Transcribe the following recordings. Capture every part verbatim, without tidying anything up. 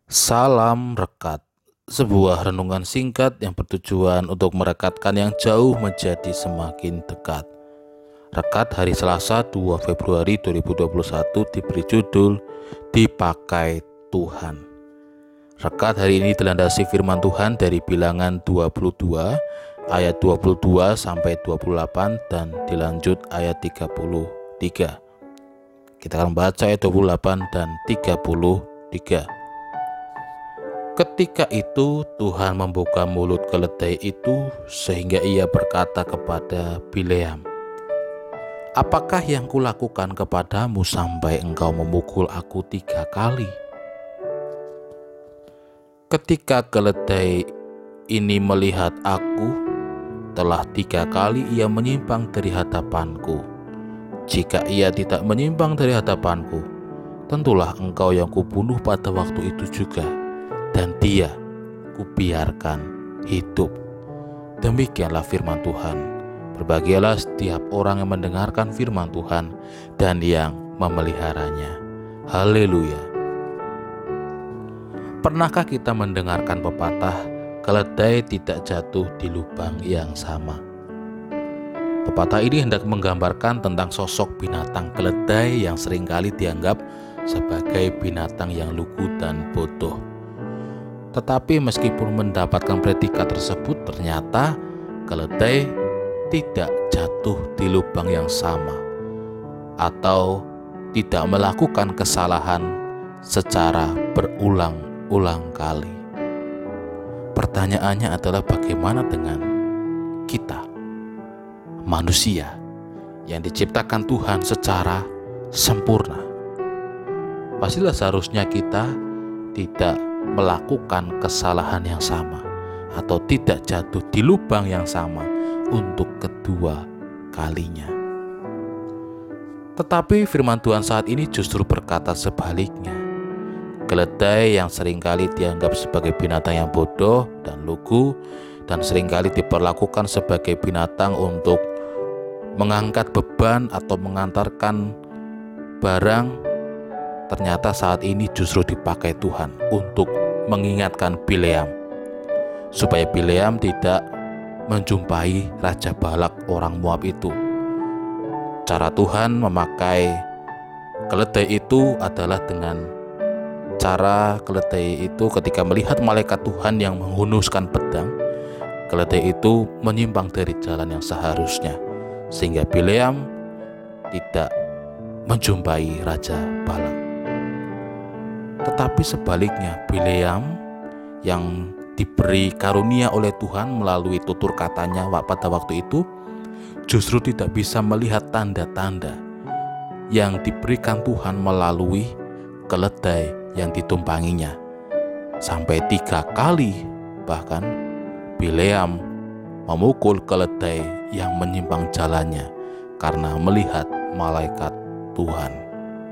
Salam Rekat, sebuah renungan singkat yang bertujuan untuk merekatkan yang jauh menjadi semakin dekat. Rekat hari Selasa dua Februari dua ribu dua puluh satu diberi judul Dipakai Tuhan. Rekat hari ini dilandasi firman Tuhan dari Bilangan dua puluh dua ayat dua puluh dua sampai dua puluh delapan dan dilanjut ayat tiga puluh tiga. Kita akan membaca ayat dua puluh delapan dan tiga puluh tiga. Ketika itu Tuhan membuka mulut keledai itu sehingga ia berkata kepada Bileam, "Apakah yang kulakukan kepadamu sampai engkau memukul aku tiga kali?" Ketika keledai ini melihat aku, telah tiga kali ia menyimpang dari hadapanku. Jika ia tidak menyimpang dari hadapanku, tentulah engkau yang kubunuh pada waktu itu juga, dan dia kubiarkan hidup. Demikianlah firman Tuhan. Berbahagialah setiap orang yang mendengarkan firman Tuhan dan yang memeliharanya. Haleluya. Pernahkah kita mendengarkan pepatah, keledai tidak jatuh di lubang yang sama? Pepatah ini hendak menggambarkan tentang sosok binatang keledai yang seringkali dianggap sebagai binatang yang lugu dan bodoh. Tetapi meskipun mendapatkan predikat tersebut, ternyata keledai tidak jatuh di lubang yang sama atau tidak melakukan kesalahan secara berulang-ulang kali. Pertanyaannya adalah bagaimana dengan kita, manusia yang diciptakan Tuhan secara sempurna? Pastilah seharusnya kita tidak melakukan kesalahan yang sama atau tidak jatuh di lubang yang sama untuk kedua kalinya. Tetapi firman Tuhan saat ini justru berkata sebaliknya. Keledai yang seringkali dianggap sebagai binatang yang bodoh dan lugu dan seringkali diperlakukan sebagai binatang untuk mengangkat beban atau mengantarkan barang, ternyata saat ini justru dipakai Tuhan untuk mengingatkan Bileam, supaya Bileam tidak menjumpai Raja Balak orang Moab itu. Cara Tuhan memakai keledai itu adalah dengan cara keledai itu ketika melihat malaikat Tuhan yang menghunuskan pedang, keledai itu menyimpang dari jalan yang seharusnya, sehingga Bileam tidak menjumpai Raja Balak. Tetapi sebaliknya, Bileam yang diberi karunia oleh Tuhan melalui tutur katanya pada waktu itu justru tidak bisa melihat tanda-tanda yang diberikan Tuhan melalui keledai yang ditumpanginya. Sampai tiga kali bahkan Bileam memukul keledai yang menyimpang jalannya karena melihat malaikat Tuhan.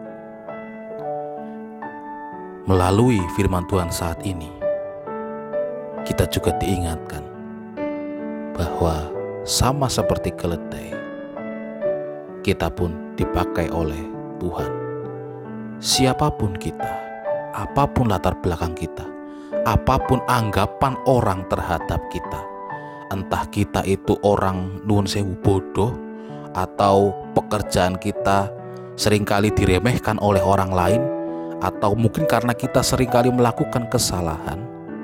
Melalui firman Tuhan saat ini, kita juga diingatkan bahwa sama seperti keledai, kita pun dipakai oleh Tuhan. Siapapun kita, apapun latar belakang kita, apapun anggapan orang terhadap kita, entah kita itu orang nuwun sewu bodoh atau pekerjaan kita seringkali diremehkan oleh orang lain, atau mungkin karena kita seringkali melakukan kesalahan,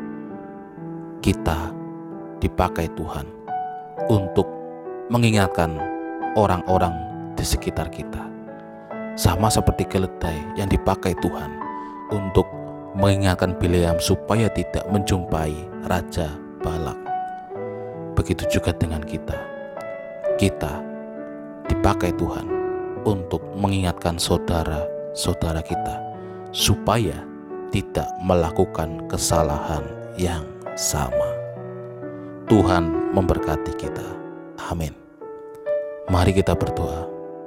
kita dipakai Tuhan untuk mengingatkan orang-orang di sekitar kita. Sama seperti keledai yang dipakai Tuhan untuk mengingatkan Bileam supaya tidak menjumpai Raja Balak. Begitu juga dengan kita. Kita dipakai Tuhan untuk mengingatkan saudara-saudara kita supaya tidak melakukan kesalahan yang sama. Tuhan memberkati kita. Amin. Mari kita berdoa.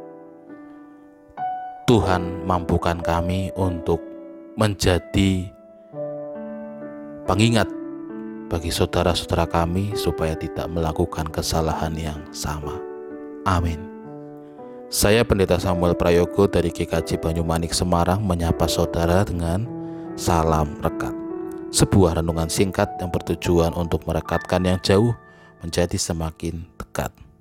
Tuhan, mampukan kami untuk menjadi pengingat bagi saudara-saudara kami supaya tidak melakukan kesalahan yang sama. Amin. Saya Pendeta Samuel Prayogo dari G K J Banyumanik Semarang menyapa saudara dengan salam rekat. Sebuah renungan singkat yang bertujuan untuk merekatkan yang jauh menjadi semakin dekat.